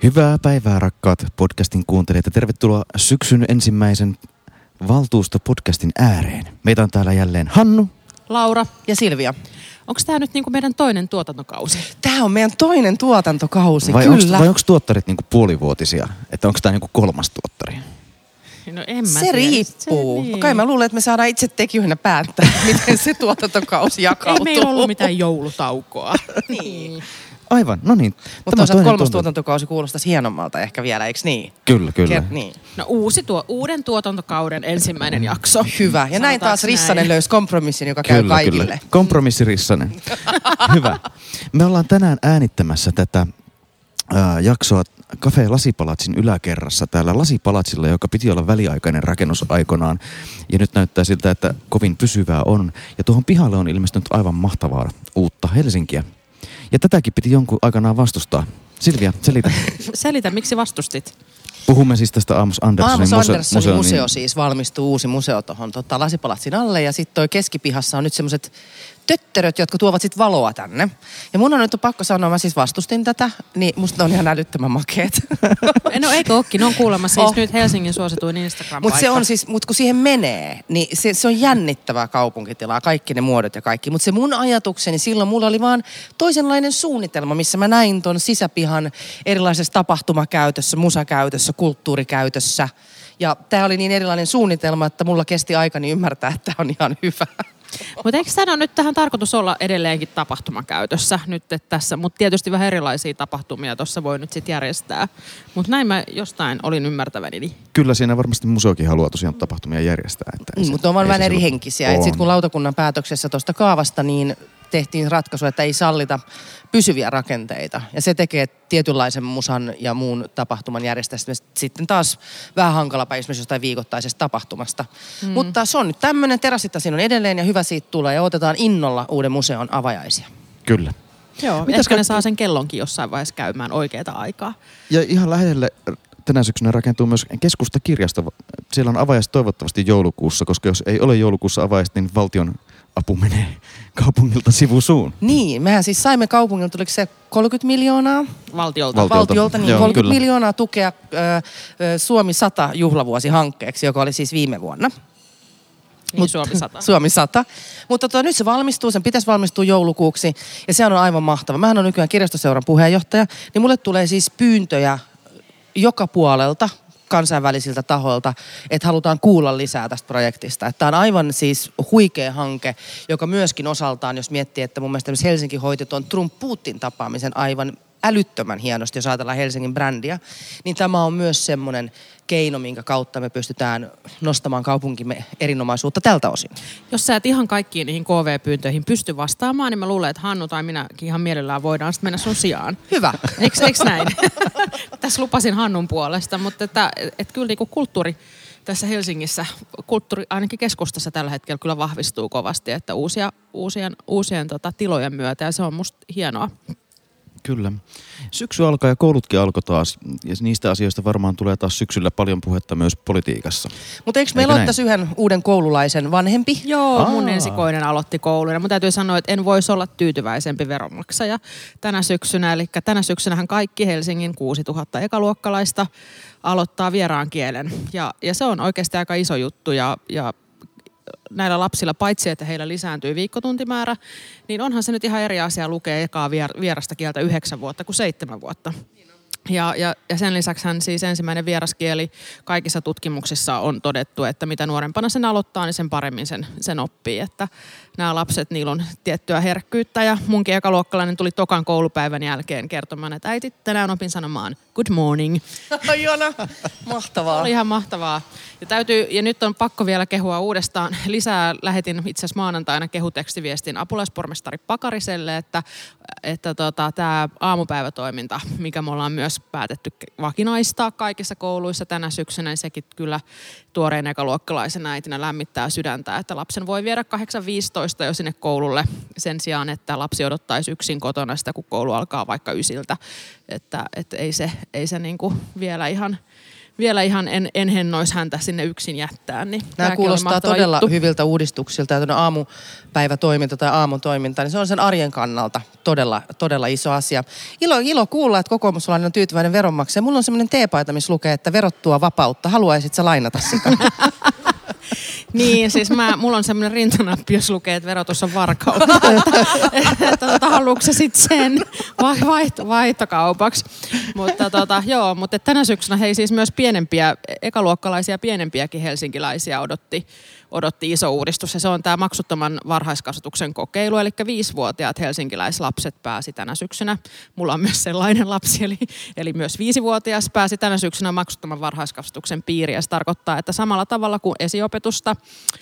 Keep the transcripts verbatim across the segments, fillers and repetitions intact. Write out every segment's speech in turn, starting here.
Hyvää päivää, rakkaat podcastin kuuntelijat, ja tervetuloa syksyn ensimmäisen valtuustopodcastin ääreen. Meitä on täällä jälleen Hannu, Laura ja Silvia. Onko tämä nyt niinku meidän toinen tuotantokausi? Tämä on meidän toinen tuotantokausi, vai kyllä. Onks, vai onko tuottarit niinku puolivuotisia? Että onko tämä niinku kolmas tuottari? No en mä Se tiedä. riippuu. Se, niin. Kai mä luulen, että me saadaan itse tekijöinä päättää, miten se tuotantokausi jakautuu. Ei meillä ollut mitään joulutaukoa. Niin. Aivan, no niin. Mutta toisaalta kolmas tuotantokausi kuulostaisi hienommalta ehkä vielä, eikö niin? Kyllä, kyllä. Ker- niin. No uusi tuo, uuden tuotantokauden ensimmäinen jakso. Hyvä. Ja näin Sanotaanko taas Rissanen näin? löysi kompromissin, joka Kyllä, käy kaikille. Kyllä. Kompromissi Rissanen. Hyvä. Me ollaan tänään äänittämässä tätä ää, jaksoa Cafe Lasipalatsin yläkerrassa täällä Lasipalatsilla, joka piti olla väliaikainen rakennus aikanaan. Ja nyt näyttää siltä, että kovin pysyvää on. Ja tuohon pihalle on ilmestynyt aivan mahtavaa uutta Helsinkiä. Ja tätäkin piti jonkun aikanaan vastustaa. Silvia, selitä. Selitä, miksi vastustit? Puhumme siis tästä Amos Anderssonin, Amos muse- Anderssonin museo, museo niin... siis valmistuu uusi museo tuohon tota, Lasipalatsin alle. Ja sitten toi keskipihassa on nyt semmoiset töttöröt, jotka tuovat sitten valoa tänne. Ja mun on nyt pakko sanoa, mä siis vastustin tätä, niin musta ne on ihan älyttömän makeet. No eikö ookin, ne on kuulemma siis Oh. nyt Helsingin suosituin Instagram-paikka. Mutta se on siis, mut kun siihen menee, niin se, se on jännittävää kaupunkitilaa, kaikki ne muodot ja kaikki. Mutta se mun ajatukseni, silloin mulla oli vaan toisenlainen suunnitelma, missä mä näin ton sisäpihan erilaisessa tapahtumakäytössä, musakäytössä, kulttuurikäytössä. Ja tää oli niin erilainen suunnitelma, että mulla kesti aikani ymmärtää, että tää on ihan hyvä. Mutta eikö tämä nyt tähän tarkoitus olla edelleenkin tapahtumakäytössä nyt että tässä, mutta tietysti vähän erilaisia tapahtumia tuossa voi nyt sitten järjestää. Mutta näin mä jostain olin ymmärtäväni. Niin. Kyllä siinä varmasti museokin haluaa tosiaan tapahtumia järjestää. Mm, mutta on vaan vähän eri henkisiä. Sitten kun lautakunnan päätöksessä tuosta kaavasta, niin tehtiin ratkaisu, että ei sallita pysyviä rakenteita. Ja se tekee tietynlaisen musan ja muun tapahtuman järjestämistä sitten taas vähän hankalapa esimerkiksi jostain viikoittaisesta tapahtumasta. Mm. Mutta se on nyt tämmöinen, terassit siinä on edelleen ja hyvä siitä tulee ja otetaan innolla uuden museon avajaisia. Kyllä. Joo, Mitäs ehkä ne kaikki... saa sen kellonkin jossain vaiheessa käymään oikeaa aikaa. Ja ihan lähelle tänä syksynä rakentuu myös keskustakirjasto. Siellä on avajaiset toivottavasti joulukuussa, koska jos ei ole joulukuussa avajaiset, niin valtion apu menee kaupungilta sivusuun. Niin, mehän siis saimme kaupungilta, oliko se kolmekymmentä miljoonaa? Valtiolta. Valtiolta. Valtiolta, niin Joo, kolmekymmentä kyllä. miljoonaa tukea ö, ö, Suomi sata juhlavuosihankkeeksi, joka oli siis viime vuonna. Niin, Mut- Suomi sata. Suomi sata. Mutta tota, nyt se valmistuu, sen pitäisi valmistua joulukuuksi ja se on aivan mahtava. Mähän on nykyään kirjastoseuran puheenjohtaja, niin mulle tulee siis pyyntöjä joka puolelta kansainvälisiltä tahoilta, että halutaan kuulla lisää tästä projektista. Tämä on aivan siis huikea hanke, joka myöskin osaltaan, jos miettii, että mun mielestä Helsinki hoiti tuon Trump-Putin tapaamisen aivan älyttömän hienosti, jos ajatellaan Helsingin brändiä, niin tämä on myös semmoinen keino, minkä kautta me pystytään nostamaan kaupunkimme erinomaisuutta tältä osin. Jos sä et ihan kaikkiin niihin K V-pyyntöihin pysty vastaamaan, niin mä luulen, että Hannu tai minäkin ihan mielellään voidaan sitten mennä sun sijaan. Hyvä. Eikö, eikö näin? Tässä lupasin Hannun puolesta, mutta että, että kyllä niinku kulttuuri tässä Helsingissä, kulttuuri ainakin keskustassa tällä hetkellä kyllä vahvistuu kovasti, että uusia, uusien, uusien tota, tilojen myötä ja se on musta hienoa. Kyllä. Syksy alkaa ja koulutkin alkoi taas. Ja niistä asioista varmaan tulee taas syksyllä paljon puhetta myös politiikassa. Mutta eikö meillä ole tässä yhden uuden koululaisen vanhempi? Joo, Aa. mun ensikoinen aloitti koulun ja mun täytyy sanoa, että en voisi olla tyytyväisempi veronmaksaja tänä syksynä. Eli tänä syksynähän kaikki Helsingin kuusituhatta ekaluokkalaista aloittaa vieraan kielen. Ja, ja se on oikeasti aika iso juttu ja, ja näillä lapsilla, paitsi että heillä lisääntyy viikkotuntimäärä, niin onhan se nyt ihan eri asia lukea ekaa vier- vierasta kieltä yhdeksän vuotta kuin seitsemän vuotta. Ja, ja, ja sen lisäksi hän siis ensimmäinen vieraskieli kaikissa tutkimuksissa on todettu, että mitä nuorempana sen aloittaa, niin sen paremmin sen, sen oppii. Että nämä lapset, niillä on tiettyä herkkyyttä ja munkin ekaluokkalainen tuli tokan koulupäivän jälkeen kertomaan, että äiti, tänään opin sanomaan good morning. Jona, mahtavaa. Oli ihan mahtavaa. Ja, täytyy, ja nyt on pakko vielä kehua uudestaan. Lisää lähetin itse asiassa maanantaina kehutekstiviestin apulaispormestari Pakariselle, että, että tota, tämä aamupäivätoiminta, mikä me ollaan myös päätetty vakinaistaa kaikissa kouluissa tänä syksynä, niin sekin kyllä tuoreen ekaluokkalaisen äitinä lämmittää sydäntä, että lapsen voi viedä kahdeksan viisitoista jo sinne koululle sen sijaan, että lapsi odottaisi yksin kotona sitä, kun koulu alkaa vaikka ysiltä. Että, että ei se, ei se niinku vielä ihan vielä ihan en, en hennoisi häntä sinne yksin jättää. Niin nämä kuulostaa todella juttu. Hyviltä uudistuksilta ja aamupäivätoiminta tai aamutoiminta, niin se on sen arjen kannalta todella, todella iso asia. Ilo, ilo kuulla, että kokoomuslainen on tyytyväinen veronmaksaja. Mulla on semmoinen teepaita, missä lukee, että verot tuo vapautta. Haluaisit sä lainata sitä? Niin, siis mä, mulla on semmoinen rintanappi, jos lukee, että verotus on varkautta. että, että tota, haluatko sä sit sen vai vaihto, vaihtokaupaksi. Mutta tota, joo, mutta tänä syksynä hei siis myös pienempiä, ekaluokkalaisia pienempiäkin helsinkiläisiä odotti, odotti iso uudistus. Ja se on tämä maksuttoman varhaiskasvatuksen kokeilu, eli viisivuotiaat helsinkiläislapset pääsi tänä syksynä. Mulla on myös sellainen lapsi, eli, eli myös viisivuotias pääsi tänä syksynä maksuttoman varhaiskasvatuksen piiriin. Se tarkoittaa, että samalla tavalla kuin esiopetusta,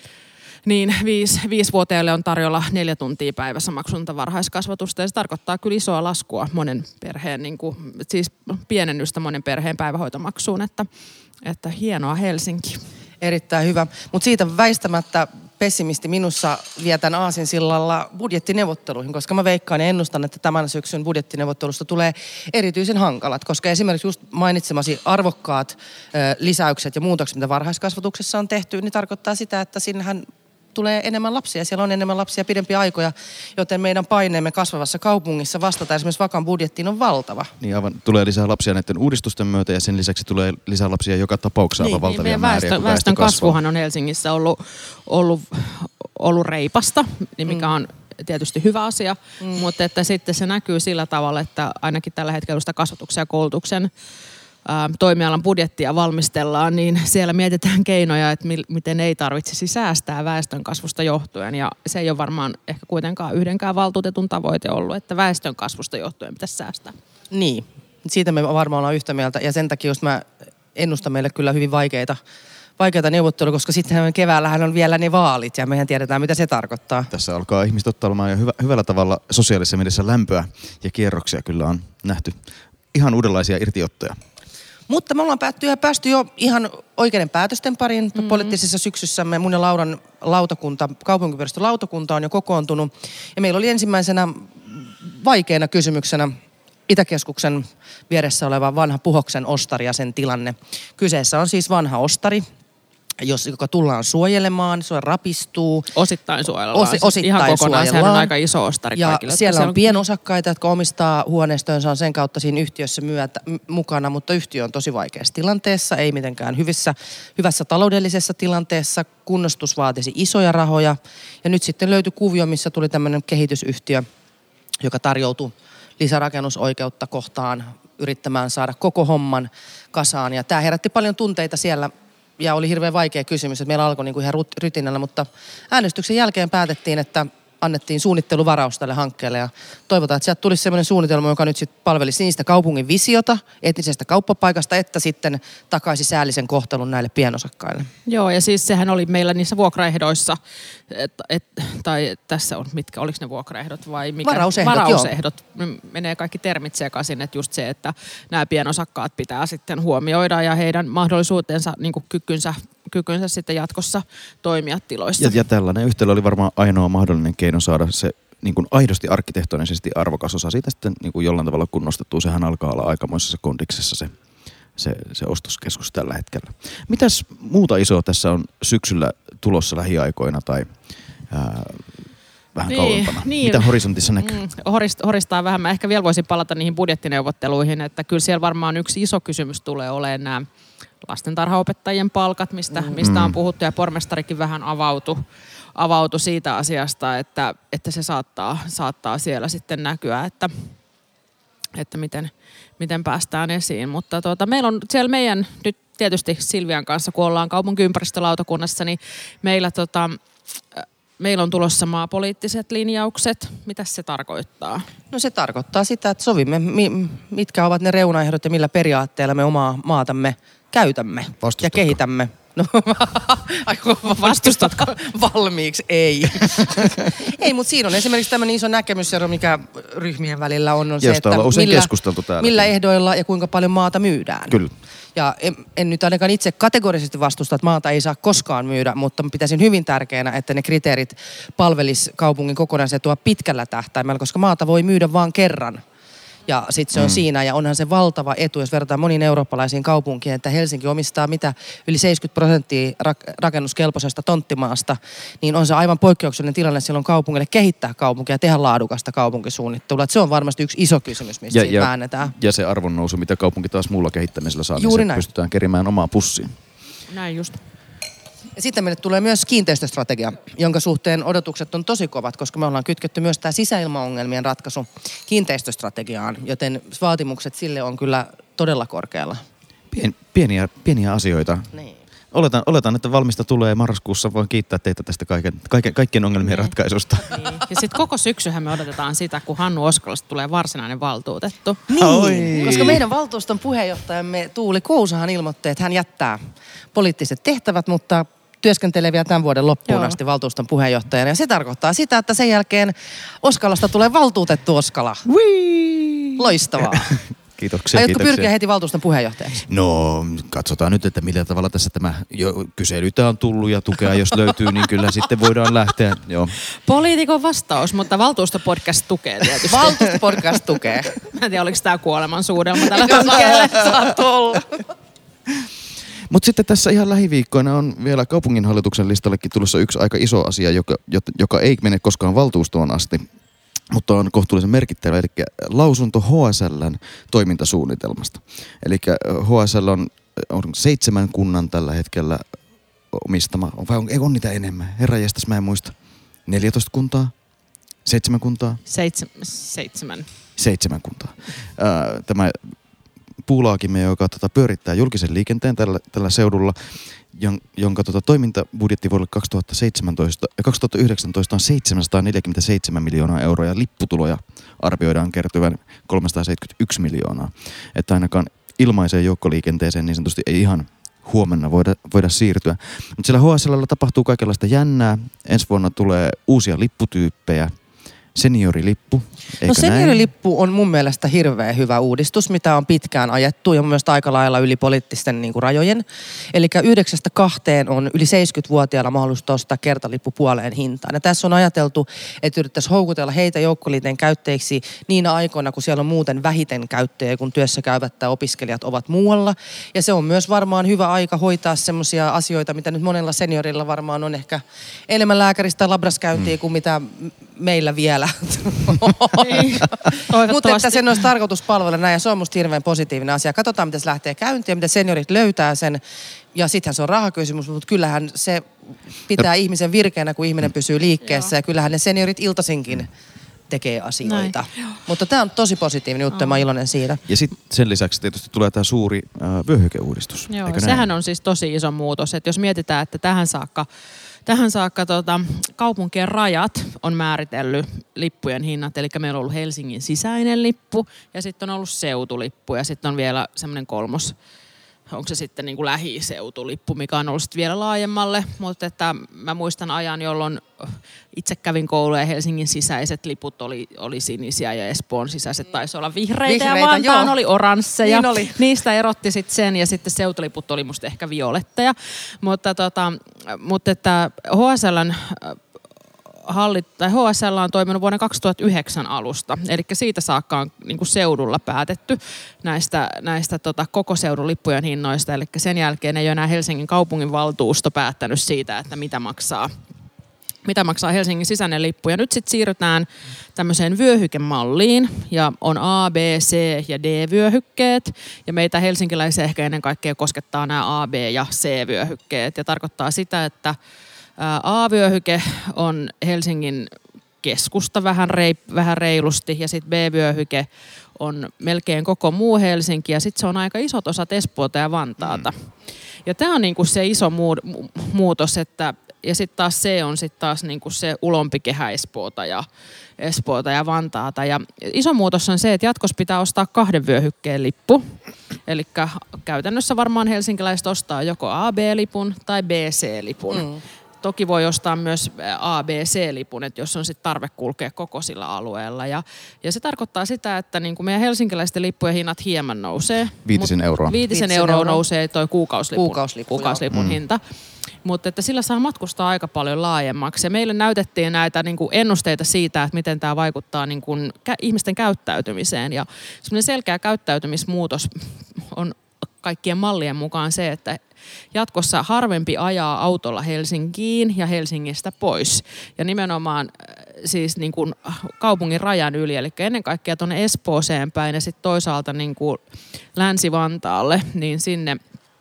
niin viisi, viisivuotiaille on tarjolla neljä tuntia päivässä maksutonta varhaiskasvatusta. Ja se tarkoittaa kyllä isoa laskua monen perheen, niin kuin, siis pienennystä monen perheen päivähoitomaksuun, että, että hienoa Helsinki. Erittäin hyvä, mutta siitä väistämättä pessimisti minussa vietän aasinsillalla budjettineuvotteluihin, koska mä veikkaan ja ennustan, että tämän syksyn budjettineuvottelusta tulee erityisen hankalat, koska esimerkiksi just mainitsemasi arvokkaat ö, lisäykset ja muutokset, mitä varhaiskasvatuksessa on tehty, niin tarkoittaa sitä, että sinnehän tulee enemmän lapsia. Siellä on enemmän lapsia pidempiä aikoja, joten meidän paineemme kasvavassa kaupungissa vastata esimerkiksi Vakan budjettiin on valtava. Niin aivan, tulee lisää lapsia näiden uudistusten myötä ja sen lisäksi tulee lisää lapsia joka tapauksessa aivan niin, valtavia niin, määriä. Väestön, väestön kasvuhan on Helsingissä ollut, ollut, ollut reipasta, mikä on tietysti hyvä asia, mm. mutta että sitten se näkyy sillä tavalla, että ainakin tällä hetkellä sitä kasvatuksen ja koulutuksen toimialan budjettia valmistellaan, niin siellä mietitään keinoja, että mi- miten ei tarvitsisi säästää väestön kasvusta johtuen. Ja se ei ole varmaan ehkä kuitenkaan yhdenkään valtuutetun tavoite ollut, että väestön kasvusta johtuen pitäisi säästää. Niin, siitä me varmaan ollaan yhtä mieltä. Ja sen takia, jos mä ennustan meille kyllä hyvin vaikeita, vaikeita neuvotteluja, koska sitten keväällähän on vielä ne vaalit ja mehän tiedetään, mitä se tarkoittaa. Tässä alkaa ihmiset ottamaan jo hyvä, hyvällä tavalla sosiaalisessa mielessä lämpöä ja kierroksia kyllä on nähty ihan uudenlaisia irtiottoja. Mutta me ollaan päätty ja päästy jo ihan oikeiden päätösten pariin mm-hmm. poliittisessa syksyssämme. Mun ja Lauran lautakunta, kaupunkiviraston lautakunta on jo kokoontunut. Ja meillä oli ensimmäisenä vaikeana kysymyksenä Itäkeskuksen vieressä oleva vanha Puhoksen ostari ja sen tilanne. Kyseessä on siis vanha ostari, jos, joka tullaan suojelemaan, se rapistuu. Osittain suojellaan. Osi, osittain ihan kokonaan, suojellaan. sehän on aika iso ostari ja kaikille. siellä on siellä on pienosakkaita, jotka omistaa huoneistonsa, on sen kautta siinä yhtiössä myötä, m- mukana, mutta yhtiö on tosi vaikeassa tilanteessa, ei mitenkään hyvissä, hyvässä taloudellisessa tilanteessa. Kunnostus vaatisi isoja rahoja. Ja nyt sitten löytyi kuvio, missä tuli tämmöinen kehitysyhtiö, joka tarjoutui lisärakennusoikeutta kohtaan yrittämään saada koko homman kasaan. Ja tämä herätti paljon tunteita siellä. Ja oli hirveän vaikea kysymys, että meillä alkoi niinku ihan rytinällä, mutta äänestyksen jälkeen päätettiin, että annettiin suunnitteluvaraus tälle hankkeelle ja toivotaan, että sieltä tulisi sellainen suunnitelma, joka nyt sitten palvelisi niistä kaupungin visiota, etnisestä kauppapaikasta, että sitten takaisi säällisen kohtelun näille pienosakkaille. Joo, ja siis sehän oli meillä niissä vuokraehdoissa, et, et, tai tässä on, mitkä, oliko ne vuokraehdot vai mikä? Varausehdot, Varausehdot. Joo. Menee kaikki termit sekaisin, että just se, että nämä pienosakkaat pitää sitten huomioida ja heidän mahdollisuutensa, niin kuin kykynsä, kykynsä sitten jatkossa toimia tiloissa. Ja, ja tällainen yhtälö oli varmaan ainoa mahdollinen keino saada se niin kuin aidosti arkkitehtonisesti arvokas osa siitä sitten niin kuin jollain tavalla kunnostettua. Sehän alkaa olla aikamoisessa kondiksessa se, se, se ostoskeskus tällä hetkellä. Mitäs muuta isoa tässä on syksyllä tulossa lähiaikoina tai ää, vähän niin, kauempana? Niin. Mitä horisontissa näkyy? Mm, horist, horistaa vähän. Mä ehkä vielä voisin palata niihin budjettineuvotteluihin, että kyllä siellä varmaan yksi iso kysymys tulee olemaan nämä lastentarhaopettajien palkat, mistä, mistä on puhuttu ja pormestarikin vähän avautui avautu siitä asiasta, että, että se saattaa, saattaa siellä sitten näkyä, että, että miten, miten päästään esiin. Mutta tuota, meillä on siellä meidän, nyt tietysti Silvian kanssa, kun ollaan kaupunkiympäristölautakunnassa, niin meillä, tota, meillä on tulossa maapoliittiset linjaukset. Mitä se tarkoittaa? No se tarkoittaa sitä, että sovimme, mitkä ovat ne reunaehdot ja millä periaatteella me omaa maatamme käytämme ja kehitämme. No, vastustatko? Valmiiksi ei. Ei, mutta siinä on esimerkiksi tämmöinen iso näkemysero, mikä ryhmien välillä on, on se, että millä, millä ehdoilla ja kuinka paljon maata myydään. Kyllä. Ja en, en nyt ainakaan itse kategorisesti vastusta, että maata ei saa koskaan myydä, mutta pitäisin hyvin tärkeänä, että ne kriteerit palvelis kaupungin kokonaisetua pitkällä tähtäimellä, koska maata voi myydä vain kerran. ja sitten se on mm. siinä. Ja onhan se valtava etu, jos verrataan moniin eurooppalaisiin kaupunkiin, että Helsinki omistaa mitä yli seitsemänkymmentä prosenttia rak- rakennuskelpoisesta tonttimaasta, niin on se aivan poikkeuksellinen tilanne silloin kaupungille kehittää kaupunkia ja tehdä laadukasta kaupunkisuunnittelua. Et se on varmasti yksi iso kysymys, mistä ja, ja, väännetään. Ja se arvonnousu, mitä kaupunki taas muulla kehittämisellä saa, Juuri niin näin. pystytään kerimään omaa pussiin. Näin just. Ja sitten meille tulee myös kiinteistöstrategia, jonka suhteen odotukset on tosi kovat, koska me ollaan kytketty myös tämä sisäilmaongelmien ratkaisu kiinteistöstrategiaan, joten vaatimukset sille on kyllä todella korkealla. Pien, pieniä, pieniä asioita. Niin. Oletan, oletan, että valmista tulee marraskuussa. Voin kiittää teitä tästä kaiken, kaiken, kaikkien ongelmien Niin. ratkaisusta. Niin. Ja sitten koko syksyhän me odotetaan sitä, kun Hannu Oskalasta tulee varsinainen valtuutettu. Niin, Oi. koska meidän valtuuston puheenjohtajamme Tuuli Kuusahan ilmoitti, että hän jättää poliittiset tehtävät, mutta työskentelee vielä tämän vuoden loppuun Joo. asti valtuuston puheenjohtajana. Ja se tarkoittaa sitä, että sen jälkeen Oskalasta tulee valtuutettu Oskala. Whee! Loistavaa. Kiitoksia, Aiotko kiitoksia. pyrkiä heti valtuuston puheenjohtajaksi? No, katsotaan nyt, että millä tavalla tässä tämä jo kyselytä on tullut ja tukea, jos löytyy, niin kyllä sitten voidaan lähteä. Joo. Poliitikon vastaus, mutta valtuustopodcast tukee tietysti. Valtuustopodcast tukee. Mä en tiedä, oliko tämä kuolemansuudelma tällä hankkeella. Saatto olla. Mutta sitten tässä ihan lähiviikkoina on vielä kaupunginhallituksen listallekin tulossa yksi aika iso asia, joka, joka ei mene koskaan valtuustoon asti, mutta on kohtuullisen merkittävä, eli lausunto H S L:n toimintasuunnitelmasta. Eli H S L on, on seitsemän kunnan tällä hetkellä omistama, vai on, ei on niitä enemmän? Herranjestas, mä en muista. neljätoista kuntaa? Seitsemän kuntaa? Seitsemän. Seitsemän. Seitsemän kuntaa. Ää, tämä puulaakimme, joka tota, pyörittää julkisen liikenteen tällä, tällä seudulla, jon, jonka tota, toimintabudjetti vuodelle kaksituhattaseitsemäntoista, kaksituhattayhdeksäntoista on seitsemänsataaneljäkymmentäseitsemän miljoonaa euroa ja lipputuloja arvioidaan kertyvän kolmesataaseitsemänkymmentäyksi miljoonaa. Että ainakaan ilmaiseen joukkoliikenteeseen niin sanotusti ei ihan huomenna voida, voida siirtyä. Mutta siellä H S L:llä tapahtuu kaikenlaista jännää. Ensi vuonna tulee uusia lipputyyppejä. Seniorilippu, eikö No seniorilippu on mun mielestä hirveän hyvä uudistus, mitä on pitkään ajettu ja mun mielestä aika lailla yli poliittisten niin kuin rajojen. Eli yhdeksästä kahteen on yli seitsemänkymmentävuotiailla mahdollisuus ostaa kertalippu puoleen hintaan. Ja tässä on ajateltu, että yrittäisiin houkutella heitä joukkoliikenteen käyttäjiksi niinä aikoina, kun siellä on muuten vähiten käyttäjiä, kun työssä käyvät tai opiskelijat ovat muualla. Ja se on myös varmaan hyvä aika hoitaa semmoisia asioita, mitä nyt monella seniorilla varmaan on ehkä enemmän lääkäristä tai labraskäyntiä kuin mitä meillä vielä. Niin. Mutta että sen olisi tarkoitus palvella näin ja se on musta hirveän positiivinen asia. Katsotaan, miten se lähtee käyntiin ja miten seniorit löytää sen. Ja sittenhän se on rahakysymys, mutta kyllähän se pitää no. ihmisen virkeänä, kun ihminen pysyy liikkeessä. Joo. Ja kyllähän ne seniorit iltaisinkin tekee asioita. Mutta tämä on tosi positiivinen juttu ja mä oon iloinen siitä. Ja sitten sen lisäksi tietysti tulee tämä suuri äh, vyöhykeuudistus. Joo, Eikö sehän näin? on siis tosi iso muutos. Että jos mietitään, että tähän saakka Tähän saakka tota, kaupunkien rajat on määritellyt lippujen hinnat, eli meillä on ollut Helsingin sisäinen lippu ja sitten on ollut seutulippu ja sitten on vielä semmoinen kolmos, onko se sitten niin kuin lähiseutulippu, mikä on ollut sitten vielä laajemmalle, mutta että mä muistan ajan, jolloin itse kävin koulua ja Helsingin sisäiset liput oli, oli sinisiä ja Espoon sisäiset taisi olla vihreitä, vihreitä ja Vantaan joo. oli oransseja. Niin oli. Niistä erotti sitten sen ja sitten seutuliput oli musta ehkä violetteja, mutta, tota, mutta että H S L:n hallit, tai H S L on toiminut vuoden kaksituhattayhdeksän alusta, eli siitä saakka on niin kuin seudulla päätetty näistä, näistä tota, koko seudun lippujen hinnoista, eli sen jälkeen ei ole enää Helsingin kaupunginvaltuusto päättänyt siitä, että mitä maksaa, mitä maksaa Helsingin sisäinen lippu. Ja nyt sitten siirrytään tämmöiseen vyöhykemalliin, ja on A, B, C ja D-vyöhykkeet, ja meitä helsinkiläisiä ehkä ennen kaikkea koskettaa nämä A, B ja C-vyöhykkeet, ja tarkoittaa sitä, että A-vyöhyke on Helsingin keskusta vähän, rei, vähän reilusti ja sitten B-vyöhyke on melkein koko muu Helsinki ja sitten se on aika isot osat Espoota ja Vantaata. Mm. Ja tämä on niinku se iso muu, muutos, että ja sitten taas C on sitten taas niinku se ulompi kehä Espoota ja, Espoota ja Vantaata. Ja iso muutos on se, että jatkossa pitää ostaa kahden vyöhykkeen lippu. Eli käytännössä varmaan helsinkiläiset ostaa joko A B-lipun tai B C-lipun. Mm. Toki voi ostaa myös A B C-lipun, että jos on sitten tarve kulkea koko sillä alueella. Ja, ja se tarkoittaa sitä, että niin kuin meidän helsinkiläisten lippujen hinnat hieman nousee. Viitisen euroa. Viitisen euroa nousee toi kuukausilipun, Kuukauslippu, kuukausilipun mm. hinta. Mutta että sillä saa matkustaa aika paljon laajemmaksi. Ja meille näytettiin näitä niin kuin ennusteita siitä, että miten tämä vaikuttaa niin kuin kä- ihmisten käyttäytymiseen. Ja semmoinen selkeä käyttäytymismuutos on kaikkien mallien mukaan se, että jatkossa harvempi ajaa autolla Helsinkiin ja Helsingistä pois. Ja nimenomaan siis niin kuin kaupungin rajan yli, eli ennen kaikkea tuonne Espooseen päin ja sitten toisaalta niin kuin Länsi-Vantaalle, niin sinne,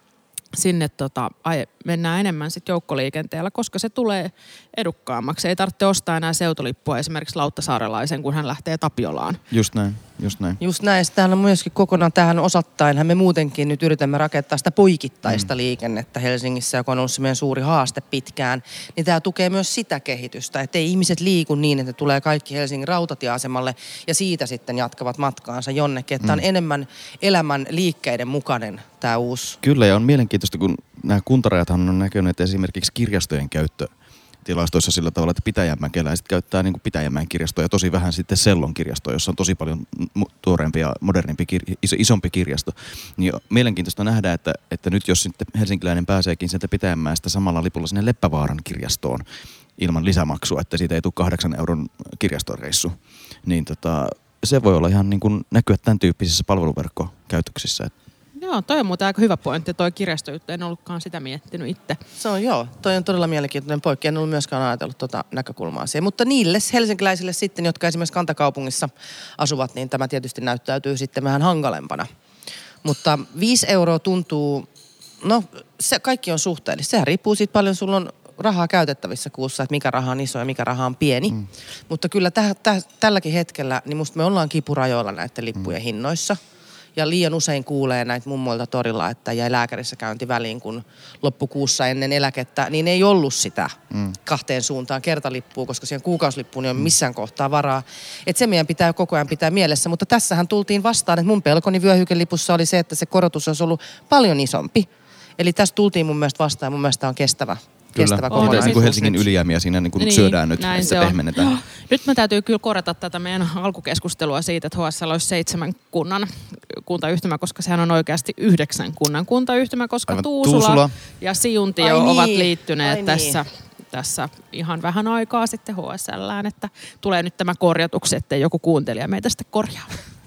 sinne tota, ai, mennään enemmän sit joukkoliikenteellä, koska se tulee edukkaammaksi. Ei tarvitse ostaa enää seutulippua esimerkiksi Lauttasaarelaisen, kun hän lähtee Tapiolaan. Just näin, just näin. Just näin. Tähän on myöskin kokonaan tähän osattainhan me muutenkin nyt yritämme rakentaa sitä poikittaista mm. liikennettä Helsingissä, joka on ollut se meidän suuri haaste pitkään. Niin tämä tukee myös sitä kehitystä, että ei ihmiset liiku niin, että tulee kaikki Helsingin rautatieasemalle ja siitä sitten jatkavat matkaansa jonnekin. Että mm. on enemmän elämän liikkeiden mukainen tämä uusi. Kyllä, ja on mielenkiintoista, kun nämä kuntarajathan on näkynyt esimerkiksi kirjastojen käyttö tilastoissa sillä tavalla, että pitäjänmäkeläiset käyttää niin kuin Pitäjänmäen kirjastoa ja tosi vähän sitten Sellon kirjastoa, jossa on tosi paljon tuoreempi ja modernimpi, kir- iso, isompi kirjasto. Niin mielenkiintoista nähdä, että, että nyt jos sitten helsinkiläinen pääseekin sieltä Pitäjänmäestä samalla lipulla sinne Leppävaaran kirjastoon ilman lisämaksua, että siitä ei tule kahdeksan euron kirjastoreissu, niin tota, se voi olla ihan niin kuin näkyä tämän tyyppisissä palveluverkkokäytöksissä. Joo, toi on muuten aika hyvä pointti. Toi kirjastoyhtö, en ollutkaan sitä miettinyt itse. Se on joo, toi on todella mielenkiintoinen poikki. En ollut myöskään ajatellut tuota näkökulmaa siihen. Mutta niille helsinkiläisille sitten, jotka esimerkiksi kantakaupungissa asuvat, niin tämä tietysti näyttäytyy sitten vähän hankalempana. Mutta viisi euroa tuntuu, no se kaikki on suhteellista. Sehän riippuu siitä paljon, sulla on rahaa käytettävissä kuussa, että mikä raha on iso ja mikä raha on pieni. Mm. Mutta kyllä täh, täh, tälläkin hetkellä, niin musta me ollaan kipurajoilla näiden lippujen mm. hinnoissa. Ja liian usein kuulee näitä mummoilta torilla, että jäi lääkärissä käynti väliin, kun loppukuussa ennen eläkettä, niin ei ollut sitä mm. kahteen suuntaan kertalippua, koska siihen kuukausilippuun ei ole missään kohtaa varaa. Että se meidän pitää koko ajan pitää mielessä, mutta tässähän tultiin vastaan, että mun pelkoni vyöhykelipussa oli se, että se korotus olisi ollut paljon isompi. Eli tässä tultiin mun mielestä vastaan ja mun mielestä on kestävä. Kestävä kokonaisuus. Niin kuin Helsingin ylijäämiä siinä niin kuin niin, syödään nyt, että se pehmennetään. Nyt mä täytyy kyllä korjata tätä meidän alkukeskustelua siitä, että H S L olisi seitsemän kunnan kuntayhtymä, koska sehän on oikeasti yhdeksän kunnan kuntayhtymä, koska Tuusula, Tuusula ja Siuntio Ai ovat niin. liittyneet Ai tässä, niin. tässä ihan vähän aikaa sitten H S L:ään, että tulee nyt tämä korjatuksi, ettei joku kuuntelija meitä sitten korjaa.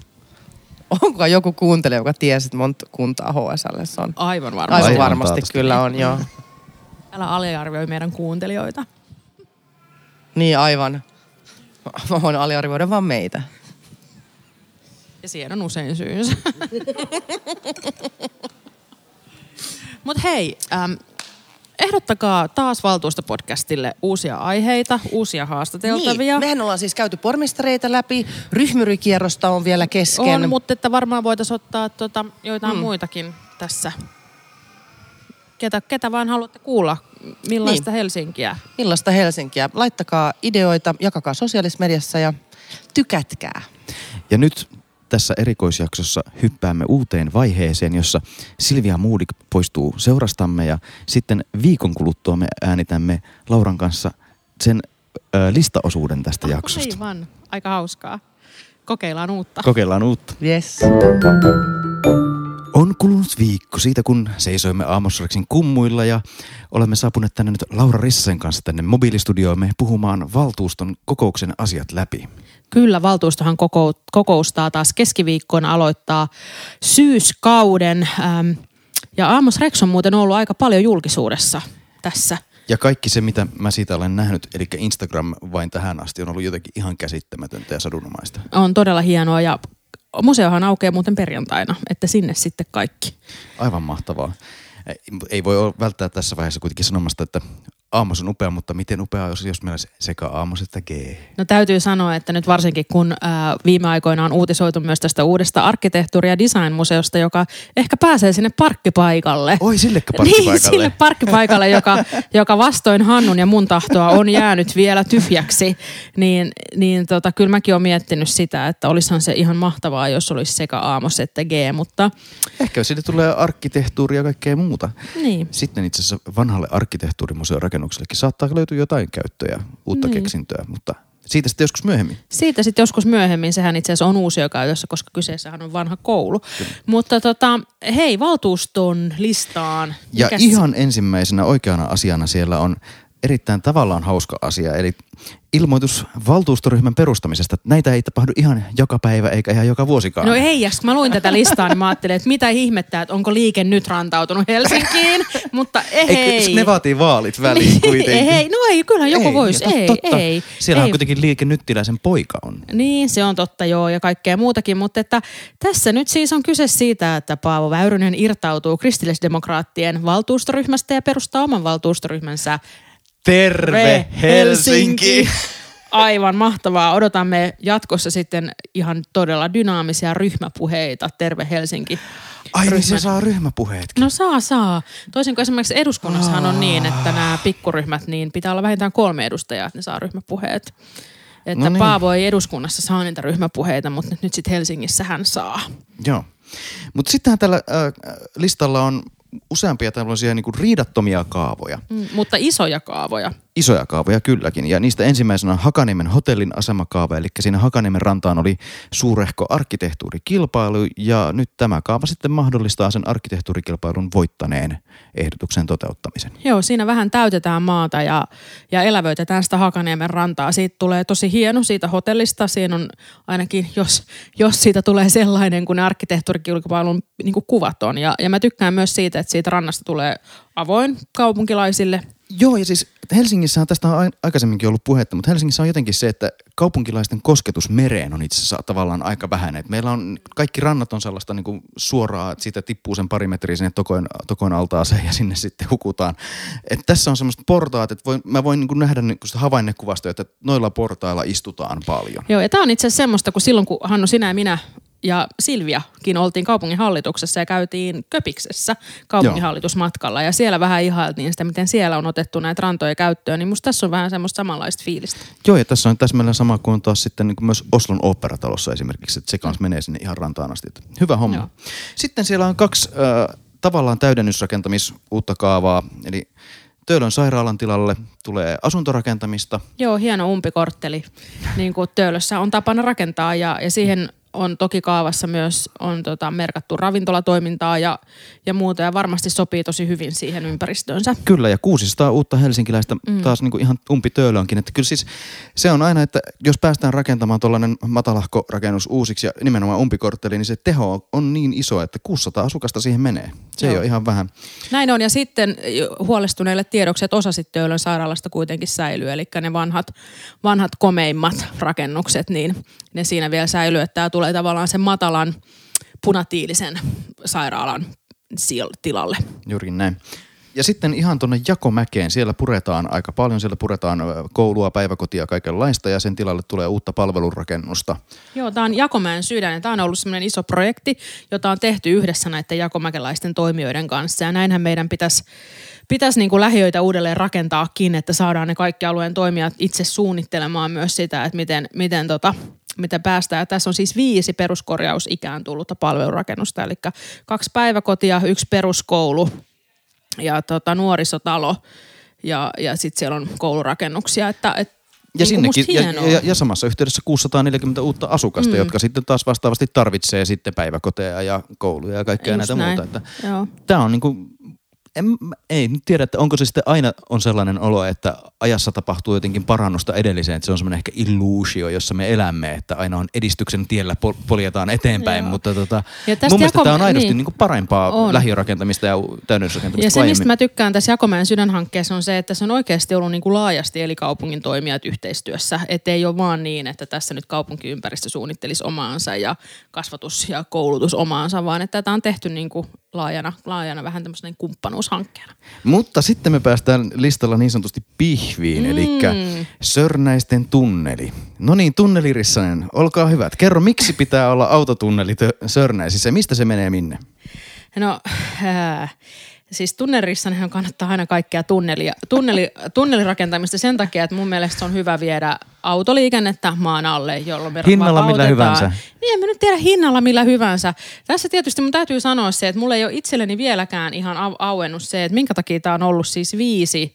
Onko joku kuuntelija, joka tiesi, että monta kuntaa H S L:ssä on? Aivan varmasti. Aivan varmasti kyllä on, joo. Älä aliarvioi meidän kuuntelijoita. Niin, aivan. Mä voin aliarvioida vaan meitä. Ja siihen on usein syynsä. Mut hei, ähm, ehdottakaa taas valtuustopodcastille uusia aiheita, uusia haastateltavia. Niin, mehän ollaan siis käyty pormestareita läpi, ryhmyrikierrosta on vielä kesken. On, mutta että varmaan voitaisiin ottaa tota, joitain hmm. muitakin tässä. Ketä, ketä vaan haluatte kuulla, millaista niin. Helsinkiä. Millaista Helsinkiä. Laittakaa ideoita, jakakaa sosiaalisessa mediassa ja tykätkää. Ja nyt tässä erikoisjaksossa hyppäämme uuteen vaiheeseen, jossa Silvia Moodik poistuu seurastamme ja sitten viikon kuluttua me äänitämme Lauran kanssa sen ö, listaosuuden tästä jaksosta. Aivan, aika hauskaa. Kokeillaan uutta. Kokeillaan uutta. Yes. On kulunut viikko siitä, kun seisoimme Amos Rexin kummuilla ja olemme saapuneet tänne nyt Laura Rissasen kanssa tänne mobiilistudioomme puhumaan valtuuston kokouksen asiat läpi. Kyllä, valtuustohan koko, kokoustaa taas keskiviikkona, aloittaa syyskauden ähm, ja Amos Rex on muuten ollut aika paljon julkisuudessa tässä. Ja kaikki se, mitä mä siitä olen nähnyt, eli Instagram vain tähän asti on ollut jotenkin ihan käsittämätöntä ja sadunomaista. On todella hienoa ja museohan aukeaa muuten perjantaina, että sinne sitten kaikki. Aivan mahtavaa. Ei voi välttää tässä vaiheessa kuitenkin sanomasta, että Aamos on upea, mutta miten upea olisi, jos meillä olisi sekä Aamos että G? No täytyy sanoa, että nyt varsinkin kun äh, viime aikoina on uutisoitu myös tästä uudesta arkkitehtuuri- ja design-museosta, joka ehkä pääsee sinne parkkipaikalle. Oi, sillekö parkkipaikalle? Niin, sille parkkipaikalle, joka, joka vastoin Hannun ja mun tahtoa on jäänyt vielä tyhjäksi. Niin, niin tota, kyllä mäkin olen miettinyt sitä, että olisihan se ihan mahtavaa, jos olisi sekä Aamos että G, mutta... Ehkä sinne tulee arkkitehtuuria ja kaikkea muuta. Niin. Sitten itse asiassa vanhalle arkkitehtuurimuseon rakennuksellekin saattaa löytyä jotain käyttöä ja uutta niin. keksintöä, mutta Siitä sitten joskus myöhemmin. Siitä sitten joskus myöhemmin. Sehän itse asiassa on uusiokäytössä, koska kyseessähän on vanha koulu. Kyllä. Mutta tota, hei, valtuuston listaan. Ja Mikäs... ihan ensimmäisenä oikeana asiana siellä on erittäin tavallaan hauska asia, eli ilmoitus valtuustoryhmän perustamisesta. Näitä ei tapahdu ihan joka päivä eikä ihan joka vuosikaan. No ei, ja kun mä luin tätä listaa, niin mä ajattelin, että mitä ihmettä, että onko Liike Nyt rantautunut Helsinkiin, mutta ei. Ei, ne vaatii vaalit väliin kuitenkin. Ei, ei, no ei, kyllähän joku ei, voisi, ei, totta. ei. Siellä ei. on kuitenkin Liike Nyttiläisen poika on. Niin, se on totta joo, ja kaikkea muutakin, mutta että tässä nyt siis on kyse siitä, että Paavo Väyrynen irtautuu kristillisdemokraattien valtuustoryhmästä ja perustaa oman valtuustoryhmänsä. Terve Helsinki! Aivan mahtavaa. Odotamme jatkossa sitten ihan todella dynaamisia ryhmäpuheita. Terve Helsinki. Ai niin se saa ryhmäpuheetkin. No saa, saa. Toisin kuin esimerkiksi eduskunnassahan on niin, että nämä pikkuryhmät, niin pitää olla vähintään kolme edustajaa, että ne saa ryhmäpuheet. Että no niin. Paavo ei eduskunnassa saa niitä ryhmäpuheita, mutta nyt sitten Helsingissä hän saa. Joo. Mutta sittenhän tällä äh, listalla on useampia tällaisia niinku riidattomia kaavoja. Mm, mutta isoja kaavoja. Isoja kaavoja kylläkin. Ja niistä ensimmäisenä on Hakaniemen hotellin asemakaava. Eli siinä Hakaniemen rantaan oli suurehko arkkitehtuurikilpailu. Ja nyt tämä kaava sitten mahdollistaa sen arkkitehtuurikilpailun voittaneen ehdotuksen toteuttamisen. Joo, siinä vähän täytetään maata ja, ja elävöitetään sitä Hakaniemen rantaa. Siitä tulee tosi hieno siitä hotellista. Siinä on ainakin, jos, jos siitä tulee sellainen, kun ne arkkitehtuurikilpailun niin kuin kuvat on. Ja, ja mä tykkään myös siitä, että siitä rannasta tulee avoin kaupunkilaisille. Joo, ja siis Helsingissä tästä on aikaisemminkin ollut puhetta, mutta Helsingissä on jotenkin se, että kaupunkilaisten kosketus mereen on itse asiassa tavallaan aika vähäinen. Et meillä on, kaikki rannat on sellaista niin kuin suoraa, että siitä tippuu sen pari metriä sinne tokoin, tokoin altaaseen ja sinne sitten hukutaan. Et tässä on semmoista portaat, että voin, mä voin niin kuin nähdä niin kuin havainnekuvasta, että noilla portailla istutaan paljon. Joo, ja tämä on itse asiassa semmoista, kun silloin kun Hannu, sinä ja minä ja Silviakin oltiin kaupunginhallituksessa ja käytiin Köpiksessä kaupunginhallitusmatkalla. Ja siellä vähän ihailtiin sitä, miten siellä on otettu näitä rantoja käyttöön. Niin musta tässä on vähän semmoista samanlaista fiilistä. Joo, ja tässä on täsmälleen sama kuin taas sitten niin kuin myös Oslon oopperatalossa esimerkiksi, että se kanssa menee sinne ihan rantaan asti. Hyvä homma. Joo. Sitten siellä on kaksi äh, tavallaan täydennysrakentamis uutta kaavaa, eli Töölön sairaalan tilalle tulee asuntorakentamista. Joo, hieno umpikortteli, niin kuin Töölössä on tapana rakentaa ja, ja siihen on toki kaavassa myös on tota, merkattu ravintolatoimintaa ja, ja muuta ja varmasti sopii tosi hyvin siihen ympäristöönsä. Kyllä ja kuusisataa uutta helsinkiläistä mm. taas niin kuin ihan umpi Töölönkin. Että kyllä siis se on aina, että jos päästään rakentamaan tuollainen matalahko rakennus uusiksi ja nimenomaan umpikortteli, niin se teho on niin iso, että kuusisataa asukasta siihen menee. Se Joo. ei ole ihan vähän. Näin on ja sitten huolestuneille tiedoksi, että osa sitten Töölön sairaalasta kuitenkin säilyy. Eli ne vanhat, vanhat komeimmat rakennukset, niin ne siinä vielä säilyy, että tämä tulee tavallaan sen matalan punatiilisen sairaalan tilalle. Juurikin näin. Ja sitten ihan tuonne Jakomäkeen, siellä puretaan aika paljon, siellä puretaan koulua, päiväkotia, kaikenlaista ja sen tilalle tulee uutta palvelurakennusta. Joo, tämä on Jakomäen sydän ja tämä on ollut semmoinen iso projekti, jota on tehty yhdessä näiden jakomäkeläisten toimijoiden kanssa ja näinhän meidän pitäisi Pitäisi niin kuin lähiöitä uudelleen rakentaakin, että saadaan ne kaikki alueen toimijat itse suunnittelemaan myös sitä, että miten, miten, tota, miten päästään. Ja tässä on siis viisi peruskorjausikään tullutta palvelurakennusta, eli kaksi päiväkotia, yksi peruskoulu ja tota, nuorisotalo ja, ja sitten siellä on koulurakennuksia. Että, et, ja, niin sinnekin, ja, ja, ja samassa yhteydessä kuusisataaneljäkymmentä uutta asukasta, mm. jotka sitten taas vastaavasti tarvitsee sitten päiväkoteja ja kouluja ja kaikkea Just näitä näin. muuta. Tämä on niin kuin En, ei nyt tiedä, että onko se sitten aina on sellainen olo, että ajassa tapahtuu jotenkin parannusta edelliseen, että se on semmoinen ehkä illuusio, jossa me elämme, että aina on edistyksen tiellä pol- poljetaan eteenpäin, Joo. mutta tota, mun mielestä jako- tämä on aidosti niin. Niin kuin parempaa on. lähiörakentamista ja täydennysrakentamista. Ja se, mistä mä tykkään tässä Jakomäen sydänhankkeessa on se, että se on oikeasti ollut niin kuin laajasti eli kaupungin toimijat yhteistyössä, ettei ole vaan niin, että tässä nyt kaupunkiympäristö suunnittelisi omaansa ja kasvatus ja koulutus omaansa, vaan että tämä on tehty niin kuin laajana, laajana vähän tämmöisen kumppanuushankkeena. Mutta sitten me päästään listalla niin sanotusti pihviin, mm. eli Sörnäisten tunneli. No niin, Tunneli Rissanen, olkaa hyvät. Kerro, miksi pitää olla autotunneli tö- Sörnäisissä ja mistä se menee minne? No, äh, siis Tunnelirissanenhan kannattaa aina kaikkea tunnelia, tunneli, tunnelirakentamista sen takia, että mun mielestä se on hyvä viedä autoliikennettä maan alle, jolloin me hinnalla millä hyvänsä. Niin, en mä nyt tiedä hinnalla millä hyvänsä. Tässä tietysti mun täytyy sanoa se, että mulla ei ole itselleni vieläkään ihan au- auennut se, että minkä takia tää on ollut siis viisi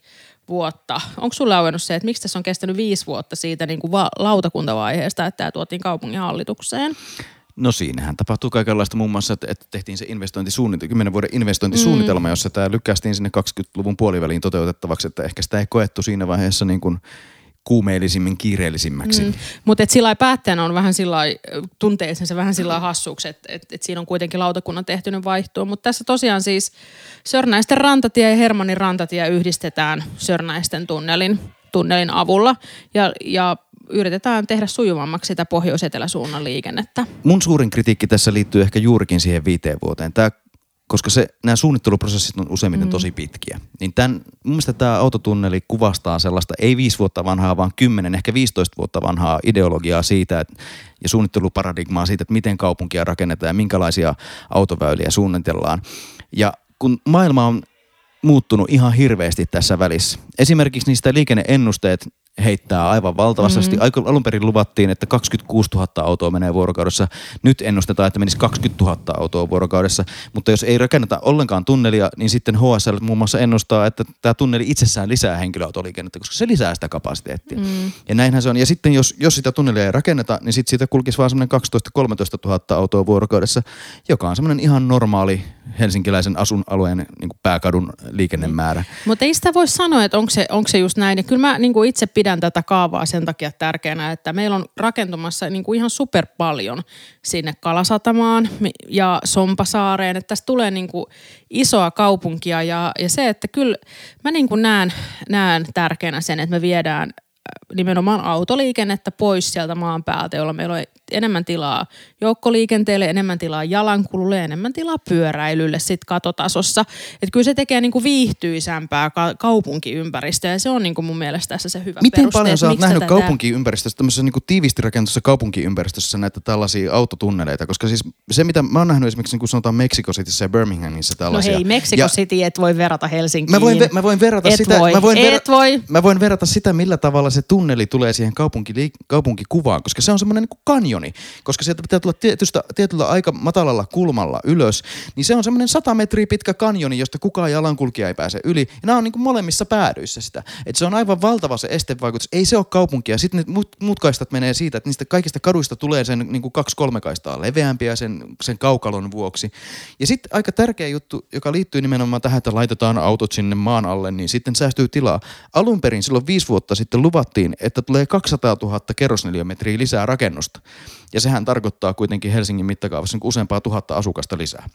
vuotta. Onko sulle auennut se, että miksi tässä on kestänyt viisi vuotta siitä niin kuin va- lautakuntavaiheesta, että tämä tuotiin kaupungin hallitukseen? No siinähän tapahtuu kaikenlaista, muun muassa, että, että tehtiin se investointisuunnitelma, kymmenen vuoden investointisuunnitelma, mm. jossa tämä lykkästiin sinne kaksikymmentäluvun puoliväliin toteutettavaksi, että ehkä sitä ei koettu siinä vaiheessa niin kuin kuumeellisimmin, kiireellisimmäksi. Mm. Mutta sillä päättäjänä on vähän sillä tunteeseen se vähän sillä hassuksi, että et, et siinä on kuitenkin lautakunnan tehtynyt vaihtoa. Mutta tässä tosiaan siis Sörnäisten rantatie ja Hermannin rantatie yhdistetään Sörnäisten tunnelin, tunnelin avulla ja, ja yritetään tehdä sujuvammaksi sitä pohjois-eteläsuunnan liikennettä. Mun suurin kritiikki tässä liittyy ehkä juurikin siihen viiteen vuoteen. Tää, koska se, nämä suunnitteluprosessit on useimmiten mm. tosi pitkiä. Niin tämän, mun mielestä tämä autotunneli kuvastaa sellaista ei viisi vuotta vanhaa, vaan kymmenen, ehkä viisitoista vuotta vanhaa ideologiaa siitä että, ja suunnitteluparadigmaa siitä, että miten kaupunkia rakennetaan ja minkälaisia autoväyliä suunnitellaan. Ja kun maailma on muuttunut ihan hirveästi tässä välissä. Esimerkiksi niistä liikenneennusteet heittää aivan valtavasti. Mm-hmm. Alun perin luvattiin, että kaksikymmentäkuusituhatta autoa menee vuorokaudessa. Nyt ennustetaan, että menisi kaksikymmentätuhatta autoa vuorokaudessa. Mutta jos ei rakenneta ollenkaan tunnelia, niin sitten H S L muun muassa ennustaa, että tämä tunneli itsessään lisää henkilöautoliikennettä, koska se lisää sitä kapasiteettia. Mm. Ja näinhän se on. Ja sitten jos, jos sitä tunnelia ei rakenneta, niin sitten siitä kulkisi vaan semmoinen kaksitoista kolmetoista tuhatta autoa vuorokaudessa, joka on semmoinen ihan normaali helsinkiläisen asuinalueen niin kuin pääkadun liikennemäärä. Mutta ei sitä voi sanoa, että onko se, onko se just näin. Ja kyllä mä niin kuin itse pidän tätä kaavaa sen takia tärkeänä, että meillä on rakentumassa niin kuin ihan super paljon sinne Kalasatamaan ja Sompasaareen. Että tästä tulee niin kuin isoa kaupunkia ja, ja se, että kyllä mä niin kuin näen, näen tärkeänä sen, että me viedään nimenomaan autoliikennettä pois sieltä maan päältä, jolla meillä on enemmän tilaa joukkoliikenteelle, enemmän tilaa jalankululle, enemmän tilaa pyöräilylle sit katotasossa. Että kyllä se tekee niinku viihtyisämpää ka- kaupunkiympäristöä ja se on niinku mun mielestä tässä se hyvä Miten peruste. paljon sä oot nähnyt tätä... kaupunkiympäristössä, tämmöisessä niinku tiivisti rakentussa kaupunkiympäristössä näitä tällaisia autotunneleita? Koska siis se, mitä mä oon nähnyt esimerkiksi, kun sanotaan Mexico Cityssä ja Birminghamissa tällaisia. No hei, Mexico ja... City et voi verrata Helsinkiin. Mä voin, ve- mä voin verrata et sitä. Voi. Mä voin, ver- et voi. mä voin verrata sitä, millä tavalla se tunneli tulee siihen kaupunki, kaupunkikuvaan, koska se on semmoinen niin kuin kanjoni, koska sieltä pitää tulla tietystä, tietyllä aika matalalla kulmalla ylös, niin se on semmoinen sata metriä pitkä kanjoni, josta kukaan jalankulkija ei pääse yli. Ja nämä on niin kuin molemmissa päädyissä sitä. Että se on aivan valtava se estevaikutus. Ei se ole kaupunkia. Sitten ne muut, muut kaistat menee siitä, että niistä kaikista kaduista tulee sen niin kuin kaksi kolme kaistaa leveämpiä sen, sen kaukalon vuoksi. Ja sitten aika tärkeä juttu, joka liittyy nimenomaan tähän, että laitetaan autot sinne maan alle, niin sitten säästyy tilaa. Alun perin silloin viisi vuotta sitten luvattiin, että tulee kaksisataatuhatta kerrosneliömetriä lisää rakennusta. Ja sehän tarkoittaa kuitenkin Helsingin mittakaavassa niin useampaa tuhatta asukasta lisää.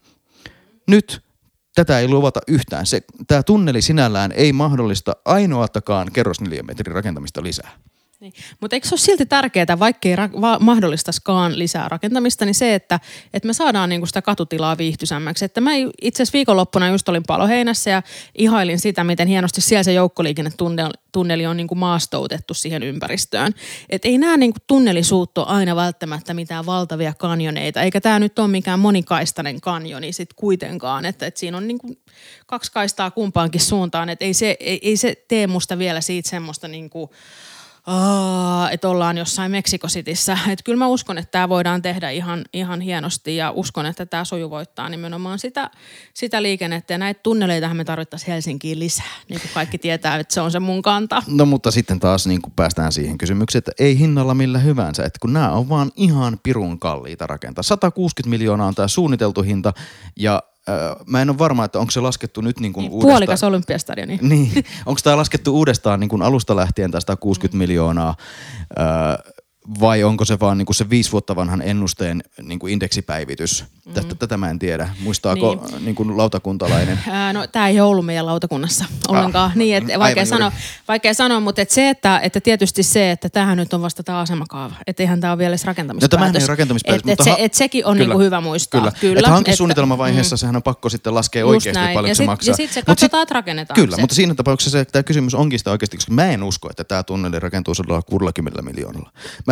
Nyt tätä ei luvata yhtään. Se, tämä tunneli sinällään ei mahdollista ainoatakaan kerrosneliömetrin rakentamista lisää. Niin. Mutta eikö se ole silti tärkeää, vaikkei ra- va- mahdollistaisikaan lisää rakentamista, niin se, että, että me saadaan niinku sitä katutilaa viihtyisämmäksi. Että mä itse asiassa viikonloppuna just olin Paloheinässä ja ihailin sitä, miten hienosti siellä se joukkoliikennetunneli on niinku maastoutettu siihen ympäristöön. Että ei nämä niinku tunnelisuut ole aina välttämättä mitään valtavia kanjoneita, eikä tämä nyt ole mikään monikaistainen kanjoni sitten kuitenkaan. Että, että siinä on niinku kaksi kaistaa kumpaankin suuntaan, että ei se, ei, ei se tee musta vielä siitä semmoista niinku Aa, että ollaan jossain Mexico Cityssä. Että kyllä mä uskon, että tämä voidaan tehdä ihan, ihan hienosti ja uskon, että tämä sujuvoittaa nimenomaan sitä, sitä liikennettä. Ja näitä tunneleitahan me tarvittaisiin Helsinkiin lisää, niin kuin kaikki tietää, että se on se mun kanta. No mutta sitten taas niin kuin päästään siihen kysymykseen, että ei hinnalla millä hyvänsä, että kun nämä on vaan ihan pirun kalliita rakentaa. sata kuusikymmentä miljoonaa on tämä suunniteltu hinta ja mä en ole varma, että onko se laskettu nyt niin kuin niin, uudestaan. Puolikas Olympiastadioni. Niin, onko tämä laskettu uudestaan niin kuin alusta lähtien tämä sata kuusikymmentä miljoonaa vai onko se vaan niin kuin se viisi vuotta vanhan ennusteen niin kuin indeksipäivitys? Mm. Tästä, tätä mä en tiedä. Muistaako niin. Niin kuin lautakuntalainen? Ää, no tämä ei ole ollut meidän lautakunnassa ollenkaan. Ah, niin, että vaikea sanoa, vaikea sanoa, mutta et se, että, että tietysti se, että tämähän nyt on vasta tämä asemakaava. Että eihän tämä ole vielä edes rakentamispäätös. No tämähän ei ole rakentamispäätös. Että et se, et sekin on niinku hyvä muistaa. Kyllä. Kyllä. Että hankisuunnitelmavaiheessa mm. sehän on pakko sitten laskea oikeasti näin. Paljon se maksaa. Ja sitten se katsotaan, että rakennetaan. Kyllä, se. mutta siinä tapauksessa tämä kysymys onkin sitä oikeasti, koska mä en usko, että tämä tunneli rakentuu sodalla kuusikymmentä miljoonalla. Mä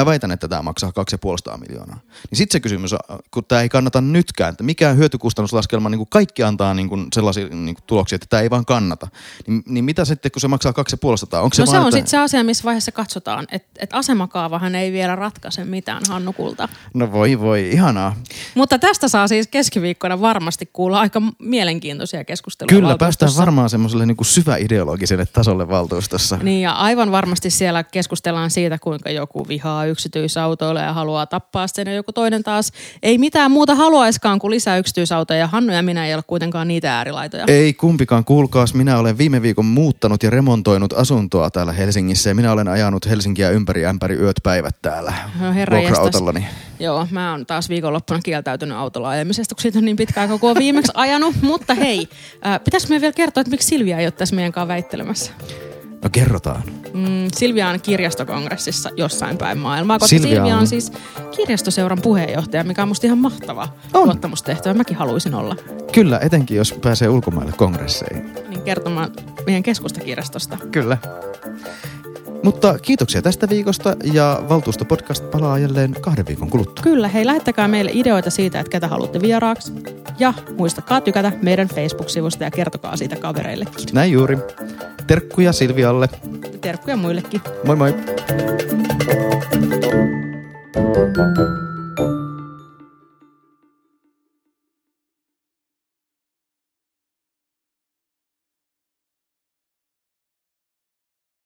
Mä väitän, että tämä maksaa kaksi ja puolesta miljoonaa. Niin sitten se kysymys, kun tämä ei kannata nytkään, että mikä hyötykustannuslaskelma, niin kuin kaikki antaa niin kuin sellaisia niin kuin tuloksia, että tämä ei vaan kannata. Niin, niin mitä sitten, kun se maksaa kaksi ja puolesta? Onko se no se vaan, on että... sitten se asia, missä vaiheessa katsotaan, että et asemakaavahan ei vielä ratkaise mitään, Hannu Kulta. No voi voi, ihanaa. Mutta tästä saa siis keskiviikkona varmasti kuulla aika mielenkiintoisia keskusteluja. Kyllä, päästään varmaan semmoiselle niin kuin syväideologiselle tasolle valtuustossa. Niin ja aivan varmasti siellä keskustellaan siitä, kuinka joku vihaa yksityisautoilla ja haluaa tappaa sen ja joku toinen taas ei mitään muuta haluaiskaan kuin lisää yksityisautoja. Ja Hannu ja minä ei ole kuitenkaan niitä äärilaitoja. Ei kumpikaan, kuulkaas. Minä olen viime viikon muuttanut ja remontoinut asuntoa täällä Helsingissä ja minä olen ajanut Helsinkiä ympäri ämpäri yöt päivät täällä no, herra vuokra-autollani. Joo, mä oon taas viikonloppuna kieltäytynyt autolla ajamisesta, kun siitä on niin pitkä aika, kun on viimeksi ajanut. Mutta hei, äh, pitäisikö me vielä kertoa, että miksi Silvia ei ole tässä meidän kanssa väittelemässä? No kerrotaan. Mm, Silvia on kirjastokongressissa jossain päin maailmaa, koska Silvia Silvia on on siis kirjastoseuran puheenjohtaja, mikä on musta ihan mahtava on. luottamustehtävä. Mäkin haluaisin olla. Kyllä, etenkin jos pääsee ulkomaille kongresseihin. Niin kertomaan meidän keskustakirjastosta. Kyllä. Mutta kiitoksia tästä viikosta ja Valtuustopodcast palaa jälleen kahden viikon kuluttua. Kyllä, hei lähettäkää meille ideoita siitä, että ketä haluatte vieraaksi. Ja muistakaa tykätä meidän Facebook-sivusta ja kertokaa siitä kavereillekin. Näin juuri. Terkkuja Silvialle. Terkkuja muillekin. Moi moi. Thank you.